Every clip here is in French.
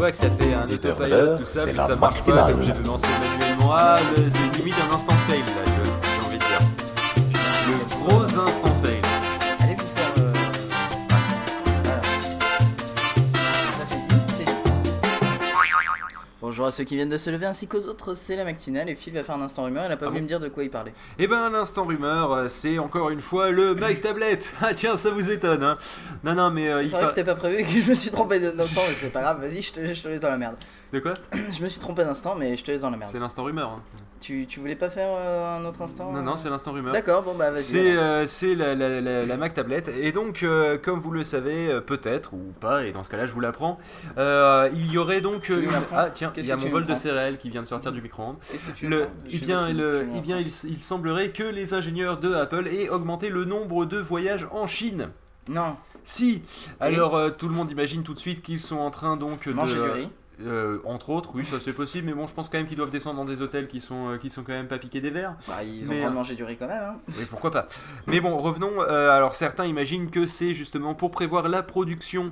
vois que t'as fait un C'est autopilot, tout ça, c'est puis la ça marche partie pas, t'es finale. obligé de lancer manuellement. Ah, c'est limite un instant fail là, j'ai envie de dire. Le gros instant fail. Allez vous faire. Voilà. Ça c'est dit. Bonjour à ceux qui viennent de se lever ainsi qu'aux autres, c'est la matinale et Phil va faire un instant rumeur, il a pas voulu me dire de quoi il parlait. Eh ben, l'instant rumeur, c'est encore une fois le Mac Tablette. Ah tiens, ça vous étonne, hein. Non, mais C'est vrai que c'était pas prévu et que je me suis trompé d'instant, mais c'est pas grave, vas-y, je te laisse dans la merde. De quoi? Je me suis trompé d'instant, mais je te laisse dans la merde. C'est l'instant rumeur. Hein. Tu voulais pas faire un autre instant? Non, c'est l'instant rumeur. D'accord, bon bah vas-y. C'est la Mac Tablette. Et donc, comme vous le savez, peut-être ou pas, et dans ce cas-là, je vous l'apprends, il y aurait donc. Tu nous l'apprends? Ah tiens, Qu'est-ce il y a que mon tu bol nous de prends céréales qui vient de sortir du micro-ondes. Qu'est-ce que tu Il semblerait que les ingénieurs de Apple aient augmenté le nombre de voyages en Chine. Non, Si. Alors, tout le monde imagine tout de suite qu'ils sont en train donc manger de du riz. entre autres, oui, ça c'est possible, mais bon, je pense quand même qu'ils doivent descendre dans des hôtels qui sont quand même pas piqués des verres. Bah ils ont Mais, le droit de manger du riz quand même, hein. Oui, pourquoi pas. Mais bon, revenons. Alors, certains imaginent que c'est justement pour prévoir la production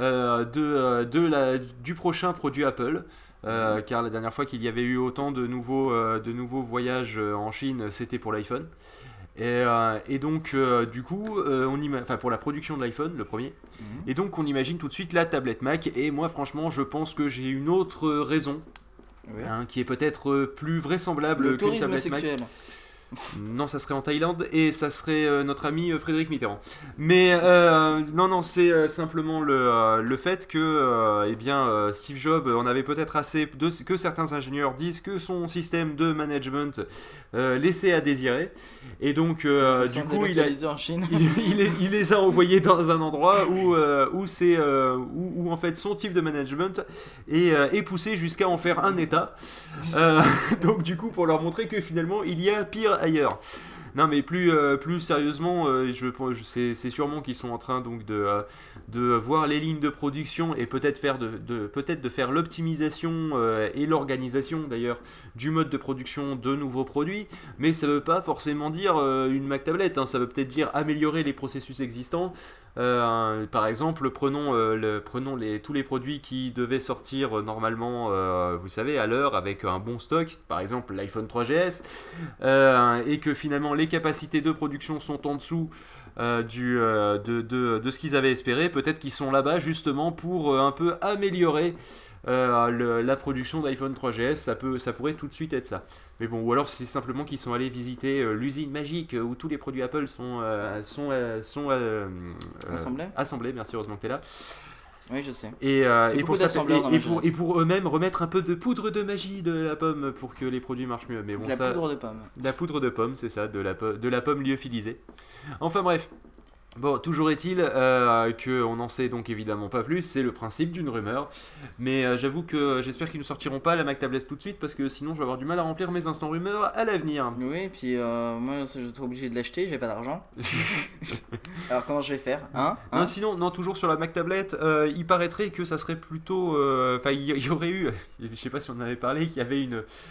du prochain produit Apple. Car la dernière fois qu'il y avait eu autant de nouveaux voyages en Chine, c'était pour l'iPhone. Et donc, du coup, pour la production de l'iPhone, le premier. Et donc, on imagine tout de suite la tablette Mac. Et moi, franchement, je pense que j'ai une autre raison, Oui. qui est peut-être plus vraisemblable Le qu'une tourisme tablette sexuel. Mac. Non, ça serait en Thaïlande et ça serait notre ami Frédéric Mitterrand. Mais non, c'est simplement le fait que Steve Jobs en avait peut-être assez que certains ingénieurs disent que son système de management laissait à désirer. Et donc, du coup, en Chine. il les a envoyés dans un endroit où en fait son type de management est poussé jusqu'à en faire un état. Donc du coup, pour leur montrer que finalement il y a pire ailleurs. Non, mais plus sérieusement, c'est sûrement qu'ils sont en train donc de voir les lignes de production et peut-être de faire l'optimisation et l'organisation d'ailleurs du mode de production de nouveaux produits. Mais ça veut pas forcément dire une Mac tablette, hein, ça veut peut-être dire améliorer les processus existants. Par exemple, prenons tous les produits qui devaient sortir normalement, vous savez, à l'heure avec un bon stock, par exemple l'iPhone 3GS, et que finalement les capacités de production sont en dessous de ce qu'ils avaient espéré. Peut-être qu'ils sont là-bas justement pour un peu améliorer la production d'iPhone 3GS, ça pourrait tout de suite être ça. Mais bon, ou alors c'est simplement qu'ils sont allés visiter l'usine magique où tous les produits Apple sont assemblés. Merci, heureusement que tu es là. Oui, je sais. Et beaucoup d'assembleurs dans ma jeunesse. et pour eux-mêmes remettre un peu de poudre de magie de la pomme pour que les produits marchent mieux. Mais bon, De la poudre de pomme. de la poudre de pomme, c'est ça, de la pomme lyophilisée. Enfin bref. Bon, toujours est-il qu'on n'en sait donc évidemment pas plus, c'est le principe d'une rumeur. Mais j'avoue que j'espère qu'ils ne sortiront pas la Mac Tablette tout de suite parce que sinon je vais avoir du mal à remplir mes instants rumeurs à l'avenir. Oui, et puis moi je serai obligé de l'acheter, j'ai pas d'argent. Alors comment je vais faire, hein? Non, sinon, toujours sur la Mac Tablette, il paraîtrait que ça serait plutôt... Enfin, il y aurait eu, je sais pas si on en avait parlé, qu'il y avait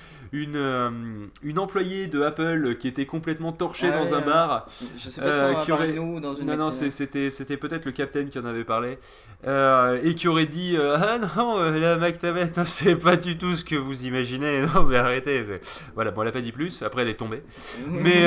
une employée de Apple qui était complètement torchée dans un bar. Je sais pas si on en a parlé nous ou dans une Non, c'était peut-être le capitaine qui en avait parlé. Et qui aurait dit ah non, la Mac Tablette, non, c'est pas du tout ce que vous imaginez. Non, mais arrêtez. Voilà, bon, elle a pas dit plus. Après, elle est tombée. Mais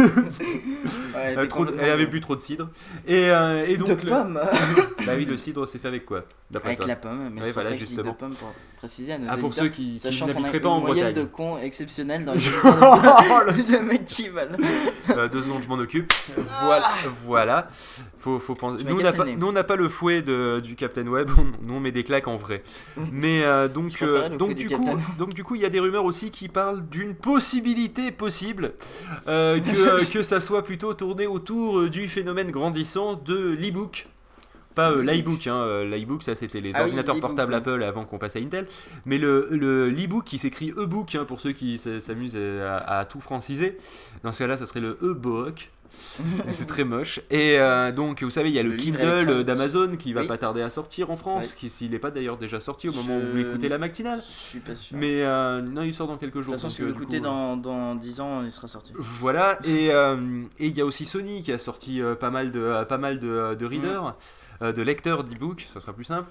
elle avait bu trop de cidre. Et donc. De pomme. Bah oui, le cidre, c'est fait avec quoi? Avec la pomme, mais ouais, c'est pour voilà, ça que justement. je dis de pomme pour préciser à nos pour auditeurs, ceux qui sachant qu'on a n'habiteraient une pas en moyenne Bretagne. de cons exceptionnelle dans les de mecs qui valent. 2 secondes, je m'en occupe. Voilà. Faut penser. Nous, on n'a pas le fouet du Captain Web. Nous, on met des claques en vrai. Mais donc du coup, il y a des rumeurs aussi qui parlent d'une possibilité possible que ça soit plutôt tourné autour du phénomène grandissant de l'e-book. Pas l'iBook, l'iBook ça c'était les ordinateurs portables Apple avant qu'on passe à Intel, mais l'e-book qui s'écrit e-book pour ceux qui s'amusent à tout franciser, dans ce cas là ça serait le e-book, c'est très moche, et donc vous savez il y a le Kindle d'Amazon qui va pas tarder à sortir en France, qui s'il n'est pas d'ailleurs déjà sorti au moment où vous écoutez la matinale, je suis pas sûr. Mais non il sort dans quelques jours. De toute façon si vous l'écoutez dans 10 ans il sera sorti. Voilà, et il y a aussi Sony qui a sorti pas mal de readers, de lecteurs d'e-book, ça sera plus simple.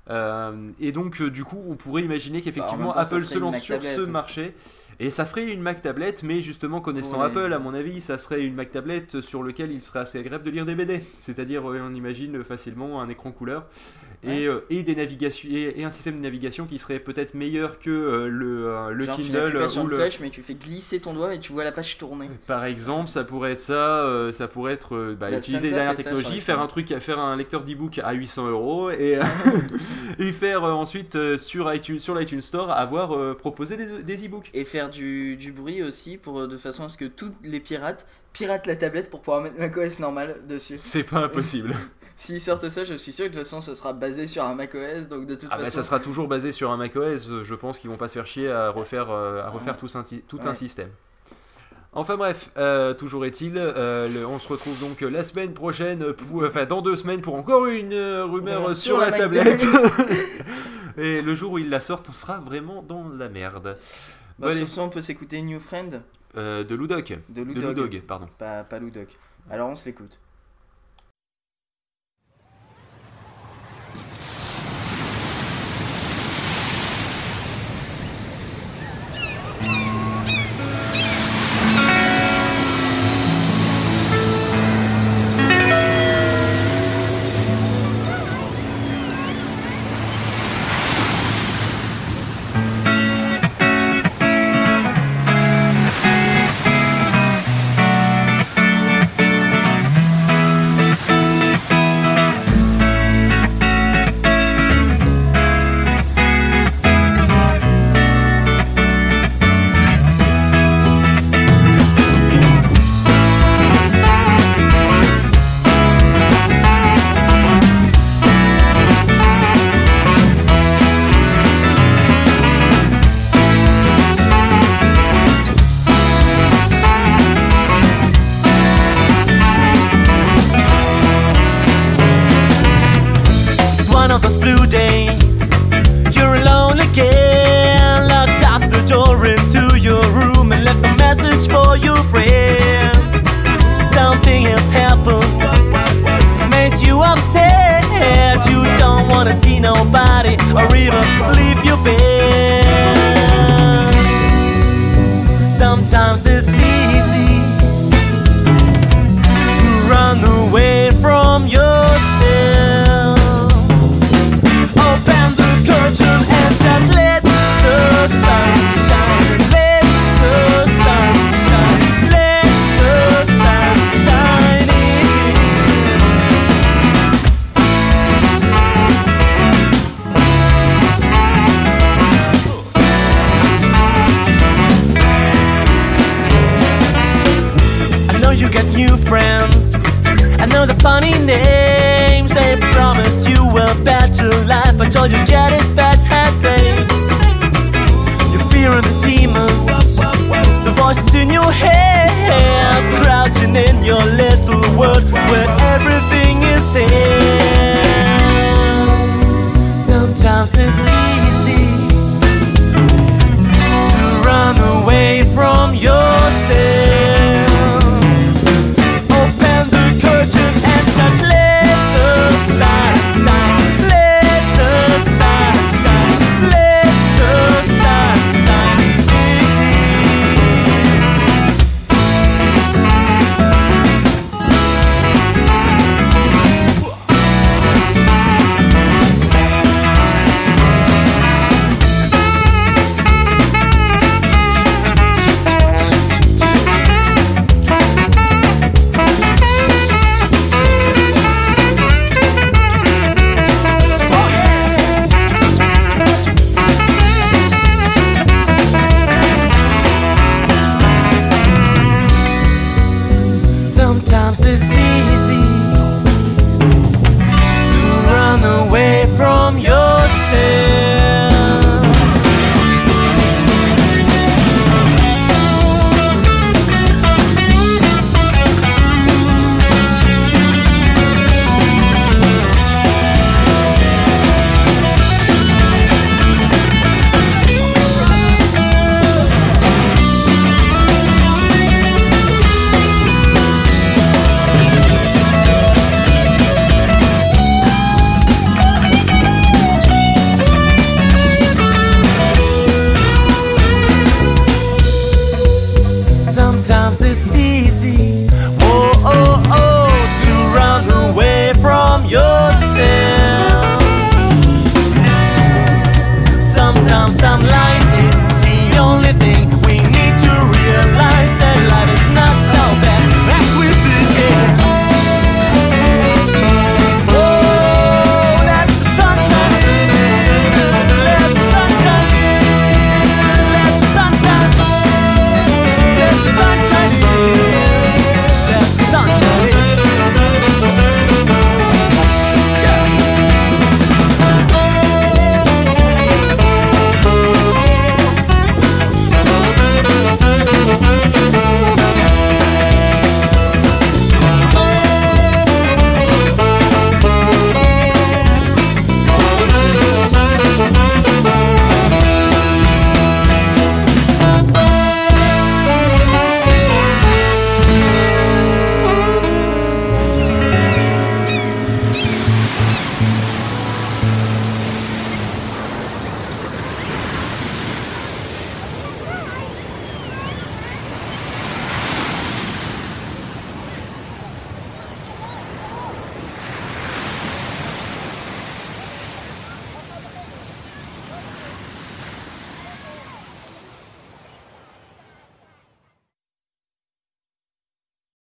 Et donc du coup on pourrait imaginer qu'effectivement Bah, en même temps, Apple ça se ferait une lance sur Mac ce tablette. marché. Et ça ferait une Mac tablette, mais justement connaissant Ouais. Apple, à mon avis, ça serait une Mac tablette sur lequel il serait assez agréable de lire des BD. C'est-à-dire, on imagine facilement un écran couleur et des navigations et un système de navigation qui serait peut-être meilleur que le Genre, tu n'appuies Kindle pas sur ou une le. flèche, mais tu fais glisser ton doigt et tu vois la page tourner. Par exemple, ça pourrait être ça, ça pourrait être utiliser les Stanza dernières fait ça technologies, sur faire un lecteur d'e-book à 800 € et faire ensuite sur l'iTunes Store avoir proposé des e-books. Et faire du bruit aussi, de façon à ce que tous les piratent la tablette pour pouvoir mettre macOS normal dessus. C'est pas impossible. S'ils sortent ça, je suis sûr que de toute façon ce sera basé sur un macOS, donc de toute Ah bah façon... ça sera toujours basé sur un macOS, je pense qu'ils vont pas se faire chier à refaire tout un système. Enfin bref, toujours est-il, on se retrouve donc la semaine prochaine, dans 2 semaines pour encore une rumeur sur la Mac tablette. Et le jour où ils la sortent, on sera vraiment dans la merde. Bah, Allez. sur ce, on peut s'écouter New Friend De Ludog. de De Ludog, Ludog, pardon. pas Ludog. Alors on se l'écoute. One of those blue days, you're alone again. Locked up the door into your room and left a message for your friends. Something has happened, made you upset. You don't wanna see nobody or even leave your bed. Sometimes it's easy to run away from yourself. Open the curtain and just let the sun shine. Let the sun shine. Let the sun shine in. I know you got new friends. I know the funny names. They promise you a better life, but all you get is bad headaches. You're fearing the demons, the voices in your head, crouching in your little world where